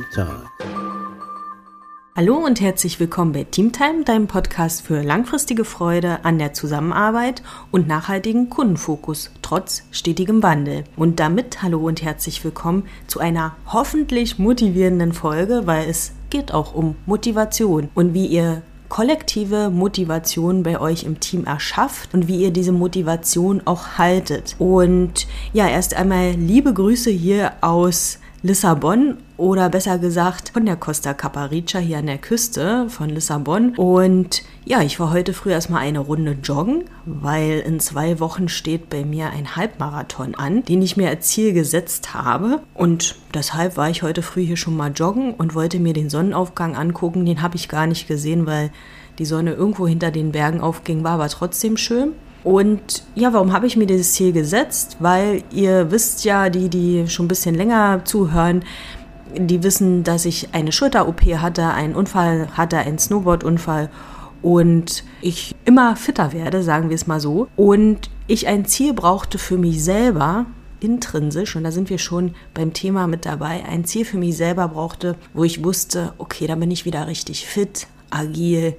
Time. Hallo und herzlich willkommen bei Teamtime, deinem Podcast für langfristige Freude an der Zusammenarbeit und nachhaltigen Kundenfokus trotz stetigem Wandel. Und damit hallo und herzlich willkommen zu einer hoffentlich motivierenden Folge, weil es geht auch um Motivation und wie ihr kollektive Motivation bei euch im Team erschafft und wie ihr diese Motivation auch haltet. Und ja, erst einmal liebe Grüße hier aus Lissabon oder besser gesagt von der Costa Caparica hier an der Küste von Lissabon. Und ja, ich war heute früh erstmal eine Runde joggen, weil in 2 Wochen steht bei mir ein Halbmarathon an, den ich mir als Ziel gesetzt habe. Und deshalb war ich heute früh hier schon mal joggen und wollte mir den Sonnenaufgang angucken. Den habe ich gar nicht gesehen, weil die Sonne irgendwo hinter den Bergen aufging, war aber trotzdem schön. Und ja, warum habe ich mir dieses Ziel gesetzt? Weil ihr wisst ja, die schon ein bisschen länger zuhören, die wissen, dass ich eine Schulter-OP hatte, einen Unfall hatte, einen Snowboard-Unfall und ich immer fitter werde, sagen wir es mal so. Und ich ein Ziel brauchte für mich selber, intrinsisch, und da sind wir schon beim Thema mit dabei, ein Ziel für mich selber brauchte, wo ich wusste, okay, da bin ich wieder richtig fit, agil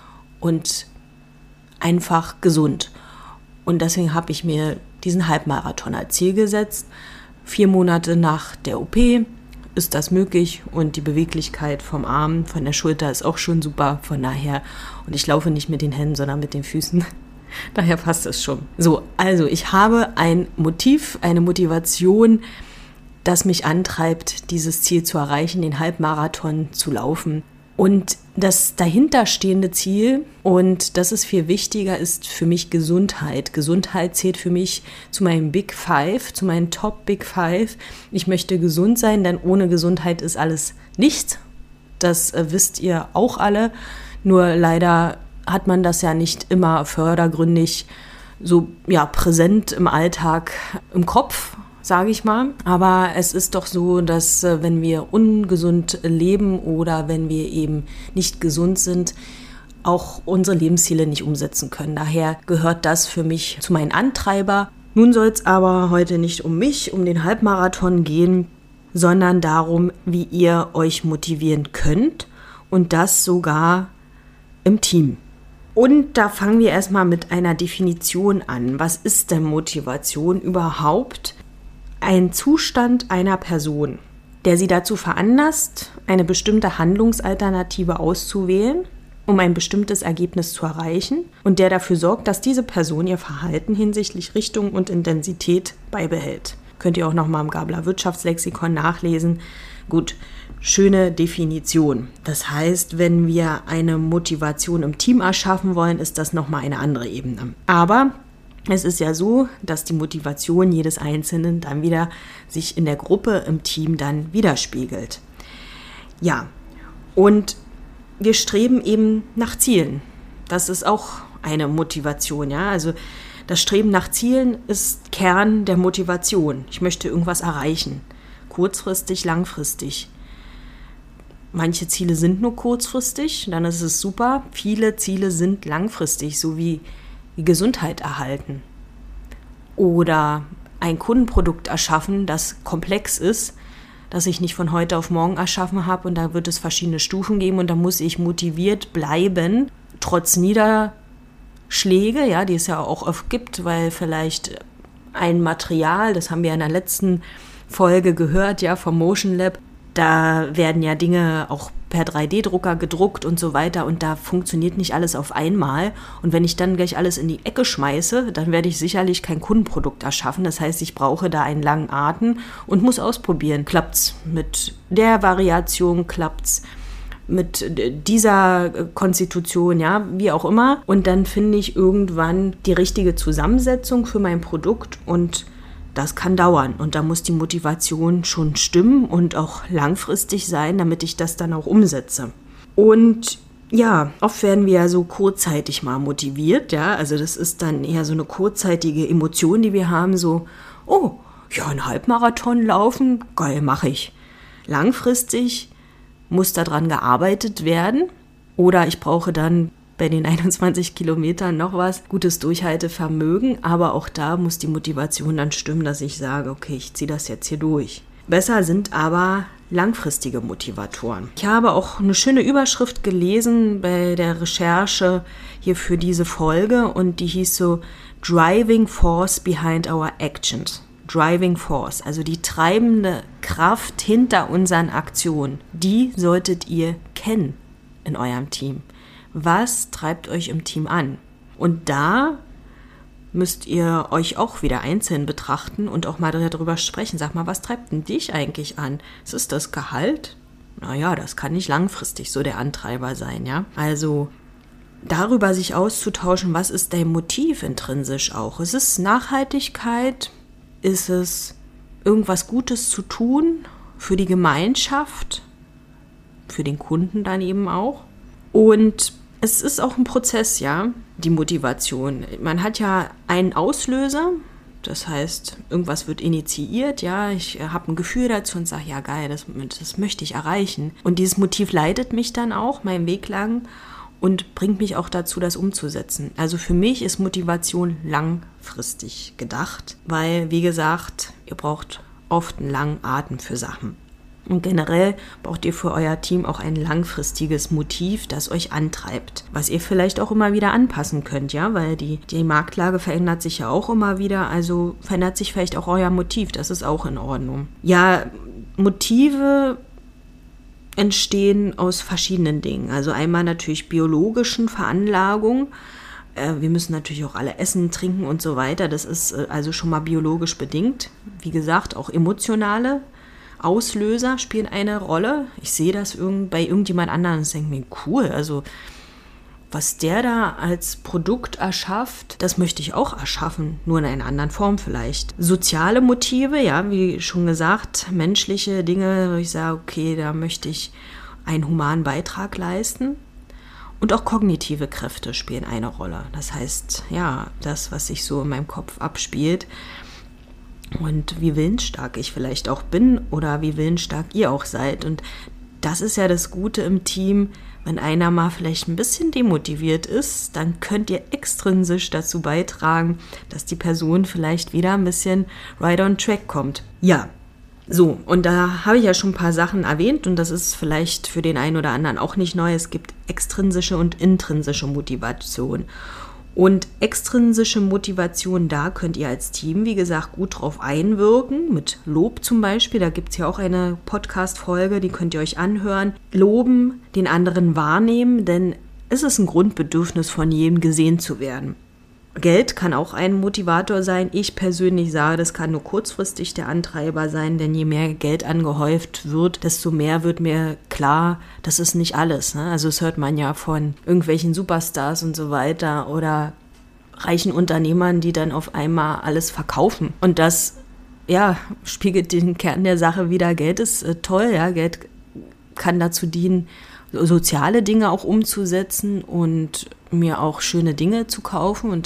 und einfach gesund. Und deswegen habe ich mir diesen Halbmarathon als Ziel gesetzt. 4 Monate nach der OP ist das möglich und die Beweglichkeit vom Arm, von der Schulter ist auch schon super. Von daher, und ich laufe nicht mit den Händen, sondern mit den Füßen. Daher passt es schon. So, also ich habe ein Motiv, eine Motivation, das mich antreibt, dieses Ziel zu erreichen, den Halbmarathon zu laufen. Und das dahinterstehende Ziel, und das ist viel wichtiger, ist für mich Gesundheit. Gesundheit zählt für mich zu meinen Big Five, zu meinen Top Big Five. Ich möchte gesund sein, denn ohne Gesundheit ist alles nichts. Das wisst ihr auch alle. Nur leider hat man das ja nicht immer fördergründig so präsent im Alltag im Kopf, sage ich mal. Aber es ist doch so, dass wenn wir ungesund leben oder wenn wir eben nicht gesund sind, auch unsere Lebensziele nicht umsetzen können. Daher gehört das für mich zu meinen Antreiber. Nun soll es aber heute nicht um mich, um den Halbmarathon gehen, sondern darum, wie ihr euch motivieren könnt und das sogar im Team. Und da fangen wir erstmal mit einer Definition an. Was ist denn Motivation überhaupt? Ein Zustand einer Person, der sie dazu veranlasst, eine bestimmte Handlungsalternative auszuwählen, um ein bestimmtes Ergebnis zu erreichen und der dafür sorgt, dass diese Person ihr Verhalten hinsichtlich Richtung und Intensität beibehält. Könnt ihr auch nochmal im Gabler Wirtschaftslexikon nachlesen. Gut, schöne Definition. Das heißt, wenn wir eine Motivation im Team erschaffen wollen, ist das nochmal eine andere Ebene. Aber es ist ja so, dass die Motivation jedes Einzelnen dann wieder sich in der Gruppe, im Team dann widerspiegelt. Ja, und wir streben eben nach Zielen. Das ist auch eine Motivation, ja. Also das Streben nach Zielen ist Kern der Motivation. Ich möchte irgendwas erreichen. Kurzfristig, langfristig. Manche Ziele sind nur kurzfristig, dann ist es super. Viele Ziele sind langfristig, so wie die Gesundheit erhalten oder ein Kundenprodukt erschaffen, das komplex ist, das ich nicht von heute auf morgen erschaffen habe und da wird es verschiedene Stufen geben und da muss ich motiviert bleiben, trotz Niederschläge, ja, die es ja auch oft gibt, weil vielleicht ein Material, das haben wir in der letzten Folge gehört, ja, vom Motion Lab, da werden ja Dinge auch per 3D-Drucker gedruckt und so weiter und da funktioniert nicht alles auf einmal. Und wenn ich dann gleich alles in die Ecke schmeiße, dann werde ich sicherlich kein Kundenprodukt erschaffen. Das heißt, ich brauche da einen langen Atem und muss ausprobieren. Klappt's mit der Variation, klappt's mit dieser Konstitution, ja, wie auch immer. Und dann finde ich irgendwann die richtige Zusammensetzung für mein Produkt und das kann dauern und da muss die Motivation schon stimmen und auch langfristig sein, damit ich das dann auch umsetze. Und ja, oft werden wir ja so kurzzeitig mal motiviert, ja, also das ist dann eher so eine kurzzeitige Emotion, die wir haben, so, oh, ja, einen Halbmarathon laufen, geil, mache ich. Langfristig muss daran gearbeitet werden oder ich brauche dann bei den 21 Kilometern noch was, gutes Durchhaltevermögen, aber auch da muss die Motivation dann stimmen, dass ich sage, okay, ich ziehe das jetzt hier durch. Besser sind aber langfristige Motivatoren. Ich habe auch eine schöne Überschrift gelesen bei der Recherche hier für diese Folge und die hieß so Driving Force Behind Our Actions. Driving Force, also die treibende Kraft hinter unseren Aktionen, die solltet ihr kennen in eurem Team. Was treibt euch im Team an? Und da müsst ihr euch auch wieder einzeln betrachten und auch mal darüber sprechen. Sag mal, was treibt denn dich eigentlich an? Ist es das Gehalt? Naja, das kann nicht langfristig so der Antreiber sein, ja? Also darüber sich auszutauschen, was ist dein Motiv intrinsisch auch? Ist es Nachhaltigkeit? Ist es irgendwas Gutes zu tun für die Gemeinschaft, für den Kunden dann eben auch? Und es ist auch ein Prozess, ja, die Motivation. Man hat ja einen Auslöser, das heißt, irgendwas wird initiiert, ja, ich habe ein Gefühl dazu und sage, ja geil, das möchte ich erreichen. Und dieses Motiv leitet mich dann auch meinen Weg lang und bringt mich auch dazu, das umzusetzen. Also für mich ist Motivation langfristig gedacht, weil, wie gesagt, ihr braucht oft einen langen Atem für Sachen. Und generell braucht ihr für euer Team auch ein langfristiges Motiv, das euch antreibt, was ihr vielleicht auch immer wieder anpassen könnt, ja, weil die Marktlage verändert sich ja auch immer wieder, also verändert sich vielleicht auch euer Motiv, das ist auch in Ordnung. Ja, Motive entstehen aus verschiedenen Dingen. Also einmal natürlich biologischen Veranlagungen. Wir müssen natürlich auch alle essen, trinken und so weiter. Das ist also schon mal biologisch bedingt. Wie gesagt, auch emotionale Auslöser spielen eine Rolle. Ich sehe das bei irgendjemand anderem und denke mir, cool, also was der da als Produkt erschafft, das möchte ich auch erschaffen, nur in einer anderen Form vielleicht. Soziale Motive, ja, wie schon gesagt, menschliche Dinge, wo ich sage, okay, da möchte ich einen humanen Beitrag leisten. Und auch kognitive Kräfte spielen eine Rolle. Das heißt, ja, das, was sich so in meinem Kopf abspielt und wie willensstark ich vielleicht auch bin oder wie willensstark ihr auch seid. Und das ist ja das Gute im Team. Wenn einer mal vielleicht ein bisschen demotiviert ist, dann könnt ihr extrinsisch dazu beitragen, dass die Person vielleicht wieder ein bisschen right on track kommt. Ja, so, und da habe ich ja schon ein paar Sachen erwähnt und das ist vielleicht für den einen oder anderen auch nicht neu. Es gibt extrinsische und intrinsische Motivation. Und extrinsische Motivation, da könnt ihr als Team, wie gesagt, gut drauf einwirken, mit Lob zum Beispiel. Da gibt es ja auch eine Podcast-Folge, die könnt ihr euch anhören. Loben, den anderen wahrnehmen, denn es ist ein Grundbedürfnis von jedem, gesehen zu werden. Geld kann auch ein Motivator sein. Ich persönlich sage, das kann nur kurzfristig der Antreiber sein, denn je mehr Geld angehäuft wird, desto mehr wird mir klar, das ist nicht alles. Ne? Also das hört man ja von irgendwelchen Superstars und so weiter oder reichen Unternehmern, die dann auf einmal alles verkaufen. Und das, ja, spiegelt den Kern der Sache wider. Geld ist toll, ja, Geld kann dazu dienen, soziale Dinge auch umzusetzen und mir auch schöne Dinge zu kaufen und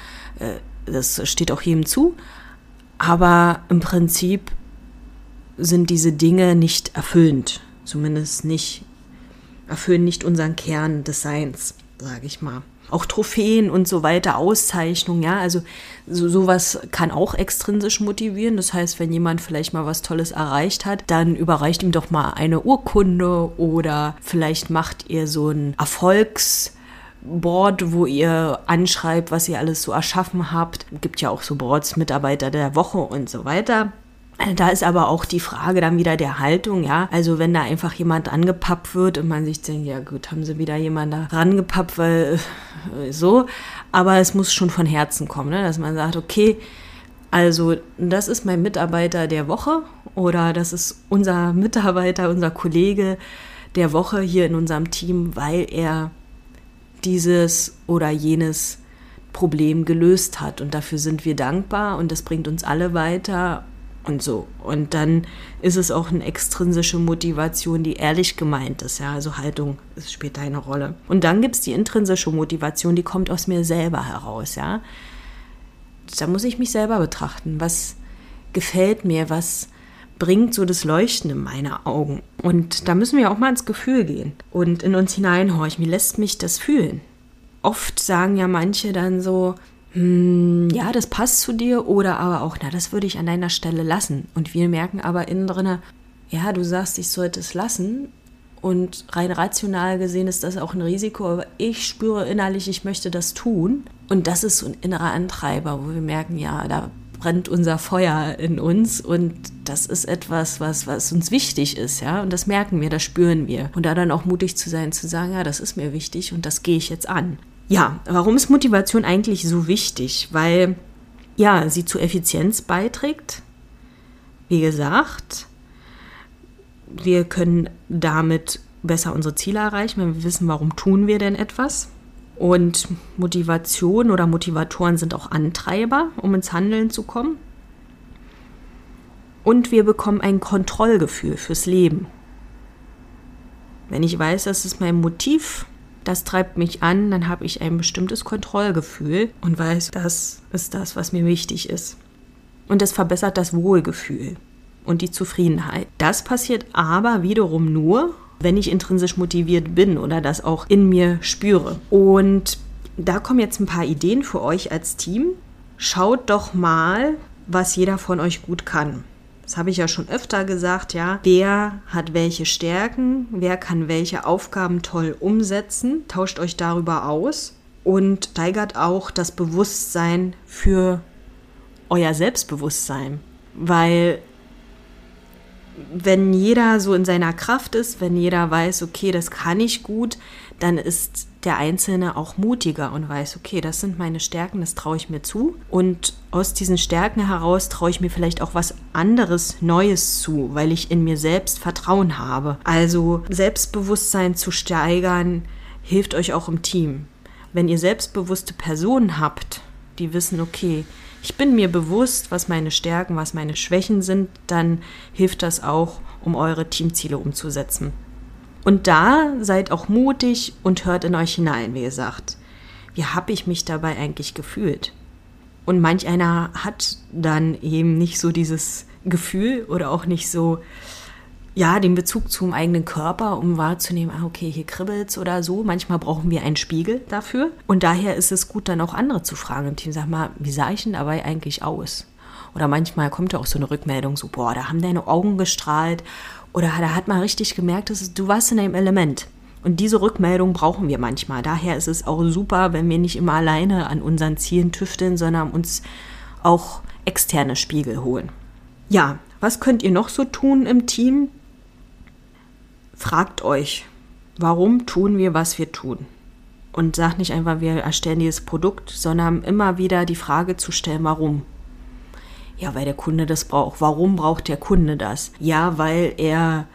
das steht auch jedem zu, aber im Prinzip sind diese Dinge nicht erfüllend, zumindest erfüllen nicht unseren Kern des Seins, sage ich mal. Auch Trophäen und so weiter, Auszeichnungen, ja, also sowas kann auch extrinsisch motivieren. Das heißt, wenn jemand vielleicht mal was Tolles erreicht hat, dann überreicht ihm doch mal eine Urkunde oder vielleicht macht ihr so ein Erfolgsboard, wo ihr anschreibt, was ihr alles so erschaffen habt. Es gibt ja auch so Boards, Mitarbeiter der Woche und so weiter. Da ist aber auch die Frage dann wieder der Haltung, ja. Also wenn da einfach jemand angepappt wird und man sich denkt, ja gut, haben sie wieder jemanden da rangepappt, weil so. Aber es muss schon von Herzen kommen, ne? Dass man sagt, okay, also das ist mein Mitarbeiter der Woche oder das ist unser Mitarbeiter, unser Kollege der Woche hier in unserem Team, weil er dieses oder jenes Problem gelöst hat. Und dafür sind wir dankbar und das bringt uns alle weiter. Und so. Und dann ist es auch eine extrinsische Motivation, die ehrlich gemeint ist. Ja? Also Haltung spielt eine Rolle. Und dann gibt es die intrinsische Motivation, die kommt aus mir selber heraus. Ja? Da muss ich mich selber betrachten. Was gefällt mir? Was bringt so das Leuchten in meine Augen? Und da müssen wir auch mal ins Gefühl gehen und in uns hineinhorchen. Wie lässt mich das fühlen? Oft sagen ja manche dann so, ja, das passt zu dir oder aber auch, na, das würde ich an deiner Stelle lassen. Und wir merken aber innen drin, ja, du sagst, ich sollte es lassen und rein rational gesehen ist das auch ein Risiko, aber ich spüre innerlich, ich möchte das tun. Und das ist so ein innerer Antreiber, wo wir merken, ja, da brennt unser Feuer in uns und das ist etwas, was uns wichtig ist, ja, und das merken wir, das spüren wir. Und da dann auch mutig zu sein, zu sagen, ja, das ist mir wichtig und das gehe ich jetzt an. Ja, warum ist Motivation eigentlich so wichtig? Weil, ja, sie zu Effizienz beiträgt. Wie gesagt, wir können damit besser unsere Ziele erreichen, wenn wir wissen, warum tun wir denn etwas. Und Motivation oder Motivatoren sind auch Antreiber, um ins Handeln zu kommen. Und wir bekommen ein Kontrollgefühl fürs Leben. Wenn ich weiß, das ist mein Motiv, das treibt mich an, dann habe ich ein bestimmtes Kontrollgefühl und weiß, das ist das, was mir wichtig ist. Und das verbessert das Wohlgefühl und die Zufriedenheit. Das passiert aber wiederum nur, wenn ich intrinsisch motiviert bin oder das auch in mir spüre. Und da kommen jetzt ein paar Ideen für euch als Team. Schaut doch mal, was jeder von euch gut kann. Das habe ich ja schon öfter gesagt, ja. Wer hat welche Stärken? Wer kann welche Aufgaben toll umsetzen? Tauscht euch darüber aus und steigert auch das Bewusstsein für euer Selbstbewusstsein. Weil wenn jeder so in seiner Kraft ist, wenn jeder weiß, okay, das kann ich gut, dann ist der Einzelne auch mutiger und weiß, okay, das sind meine Stärken, das traue ich mir zu. Und aus diesen Stärken heraus traue ich mir vielleicht auch was anderes, Neues zu, weil ich in mir selbst Vertrauen habe. Also Selbstbewusstsein zu steigern, hilft euch auch im Team. Wenn ihr selbstbewusste Personen habt, die wissen, okay, ich bin mir bewusst, was meine Stärken, was meine Schwächen sind, dann hilft das auch, um eure Teamziele umzusetzen. Und da seid auch mutig und hört in euch hinein, wie gesagt. Wie habe ich mich dabei eigentlich gefühlt? Und manch einer hat dann eben nicht so dieses Gefühl oder auch nicht so, ja, den Bezug zum eigenen Körper, um wahrzunehmen, okay, hier kribbelt's oder so. Manchmal brauchen wir einen Spiegel dafür. Und daher ist es gut, dann auch andere zu fragen im Team. Sag mal, wie sah ich denn dabei eigentlich aus? Oder manchmal kommt ja auch so eine Rückmeldung, so, boah, da haben deine Augen gestrahlt. Oder da hat man richtig gemerkt, du warst in einem Element. Und diese Rückmeldung brauchen wir manchmal. Daher ist es auch super, wenn wir nicht immer alleine an unseren Zielen tüfteln, sondern uns auch externe Spiegel holen. Ja, was könnt ihr noch so tun im Team? Fragt euch, warum tun wir, was wir tun? Und sagt nicht einfach, wir erstellen dieses Produkt, sondern immer wieder die Frage zu stellen, warum? Ja, weil der Kunde das braucht. Warum braucht der Kunde das? Ja, weil er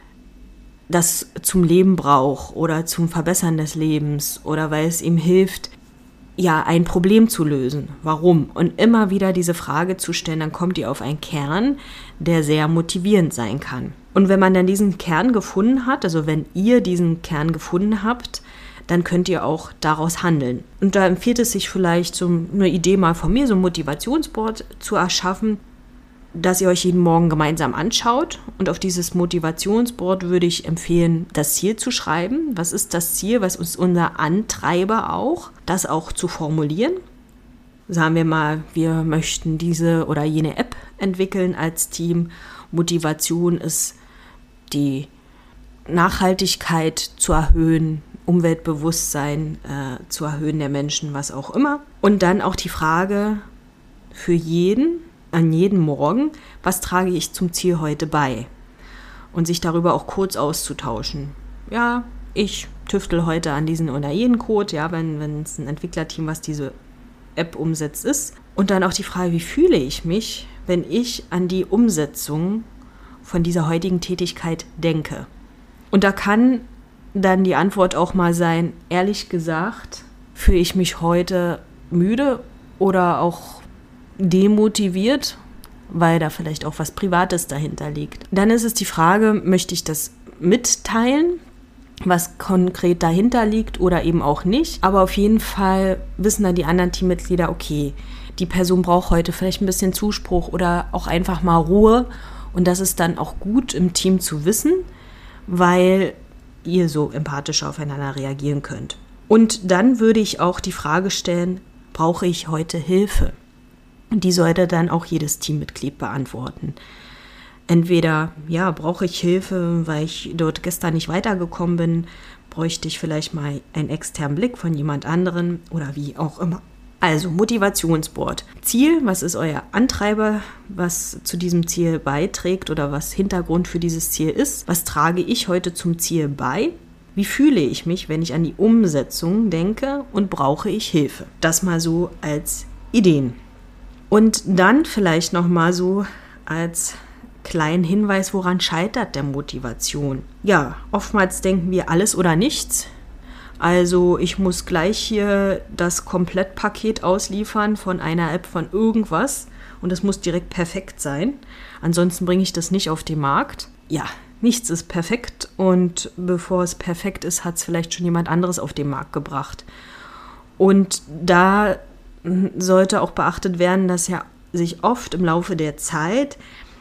das zum Leben braucht oder zum Verbessern des Lebens oder weil es ihm hilft, ja, ein Problem zu lösen. Warum? Und immer wieder diese Frage zu stellen, dann kommt ihr auf einen Kern, der sehr motivierend sein kann. Und wenn man dann diesen Kern gefunden hat, also wenn ihr diesen Kern gefunden habt, dann könnt ihr auch daraus handeln. Und da empfiehlt es sich vielleicht, so eine Idee mal von mir, so ein Motivationsboard zu erschaffen, dass ihr euch jeden Morgen gemeinsam anschaut. Und auf dieses Motivationsboard würde ich empfehlen, das Ziel zu schreiben. Was ist das Ziel? Was ist unser Antreiber auch? Das auch zu formulieren. Sagen wir mal, wir möchten diese oder jene App entwickeln als Team. Motivation ist die Nachhaltigkeit zu erhöhen, Umweltbewusstsein zu erhöhen der Menschen, was auch immer. Und dann auch die Frage für jeden, an jeden Morgen, was trage ich zum Ziel heute bei? Und sich darüber auch kurz auszutauschen. Ja, ich tüftel heute an diesen oder jenen Code, ja, wenn es ein Entwicklerteam, was diese App umsetzt, ist. Und dann auch die Frage, wie fühle ich mich, wenn ich an die Umsetzung von dieser heutigen Tätigkeit denke? Und da kann dann die Antwort auch mal sein, ehrlich gesagt, fühle ich mich heute müde oder auch demotiviert, weil da vielleicht auch was Privates dahinter liegt. Dann ist es die Frage, möchte ich das mitteilen, was konkret dahinter liegt oder eben auch nicht. Aber auf jeden Fall wissen dann die anderen Teammitglieder, okay, die Person braucht heute vielleicht ein bisschen Zuspruch oder auch einfach mal Ruhe. Und das ist dann auch gut im Team zu wissen, weil ihr so empathisch aufeinander reagieren könnt. Und dann würde ich auch die Frage stellen, brauche ich heute Hilfe? Und die sollte dann auch jedes Teammitglied beantworten. Entweder, brauche ich Hilfe, weil ich dort gestern nicht weitergekommen bin, bräuchte ich vielleicht mal einen externen Blick von jemand anderen oder wie auch immer. Also Motivationsboard. Ziel, was ist euer Antreiber, was zu diesem Ziel beiträgt oder was Hintergrund für dieses Ziel ist? Was trage ich heute zum Ziel bei? Wie fühle ich mich, wenn ich an die Umsetzung denke und brauche ich Hilfe? Das mal so als Ideen. Und dann vielleicht nochmal so als kleinen Hinweis, woran scheitert der Motivation? Ja, oftmals denken wir alles oder nichts. Also ich muss gleich hier das Komplettpaket ausliefern von einer App von irgendwas und es muss direkt perfekt sein. Ansonsten bringe ich das nicht auf den Markt. Ja, nichts ist perfekt und bevor es perfekt ist, hat es vielleicht schon jemand anderes auf den Markt gebracht. Und da sollte auch beachtet werden, dass ja sich oft im Laufe der Zeit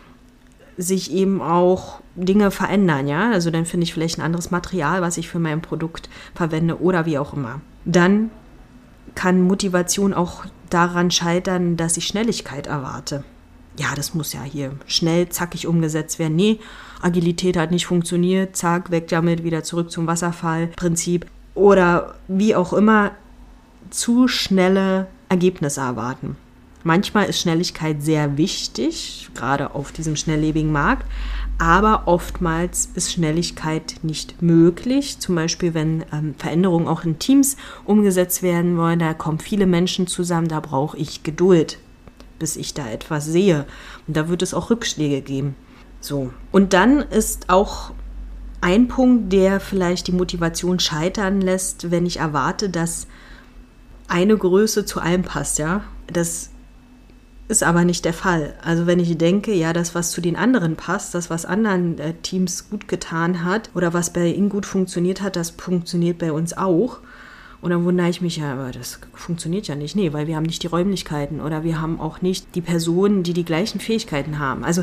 sich eben auch Dinge verändern, ja. Also dann finde ich vielleicht ein anderes Material, was ich für mein Produkt verwende oder wie auch immer. Dann kann Motivation auch daran scheitern, dass ich Schnelligkeit erwarte. Ja, das muss ja hier schnell, zackig umgesetzt werden. Nee, Agilität hat nicht funktioniert, zack, weg damit, wieder zurück zum Wasserfallprinzip. Oder wie auch immer, zu schnelle Ergebnisse erwarten. Manchmal ist Schnelligkeit sehr wichtig, gerade auf diesem schnelllebigen Markt, aber oftmals ist Schnelligkeit nicht möglich. Zum Beispiel, wenn Veränderungen auch in Teams umgesetzt werden wollen, da kommen viele Menschen zusammen, da brauche ich Geduld, bis ich da etwas sehe. Und da wird es auch Rückschläge geben. So. Und dann ist auch ein Punkt, der vielleicht die Motivation scheitern lässt, wenn ich erwarte, dass eine Größe zu allem passt, ja. Das ist aber nicht der Fall. Also wenn ich denke, ja, das, was zu den anderen passt, das, was anderen Teams gut getan hat oder was bei ihnen gut funktioniert hat, das funktioniert bei uns auch. Und dann wundere ich mich, ja, aber das funktioniert ja nicht. Nee, weil wir haben nicht die Räumlichkeiten oder wir haben auch nicht die Personen, die die gleichen Fähigkeiten haben. Also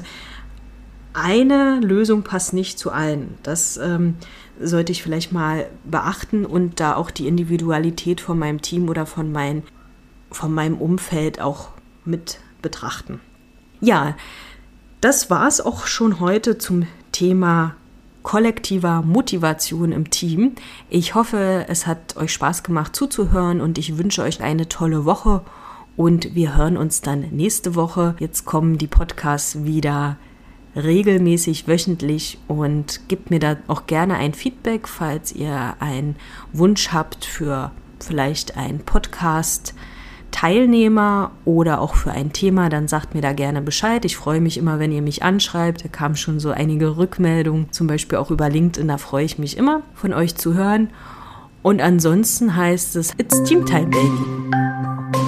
eine Lösung passt nicht zu allen. Das sollte ich vielleicht mal beachten und da auch die Individualität von meinem Team oder von meinem Umfeld auch mit betrachten. Ja, das war es auch schon heute zum Thema kollektiver Motivation im Team. Ich hoffe, es hat euch Spaß gemacht zuzuhören und ich wünsche euch eine tolle Woche und wir hören uns dann nächste Woche. Jetzt kommen die Podcasts wieder regelmäßig wöchentlich und gebt mir da auch gerne ein Feedback, falls ihr einen Wunsch habt für vielleicht einen Podcast Teilnehmer oder auch für ein Thema, dann sagt mir da gerne Bescheid. Ich freue mich immer, wenn ihr mich anschreibt. Da kamen schon so einige Rückmeldungen, zum Beispiel auch über LinkedIn. Da freue ich mich immer, von euch zu hören. Und ansonsten heißt es, it's Teamtime, Baby.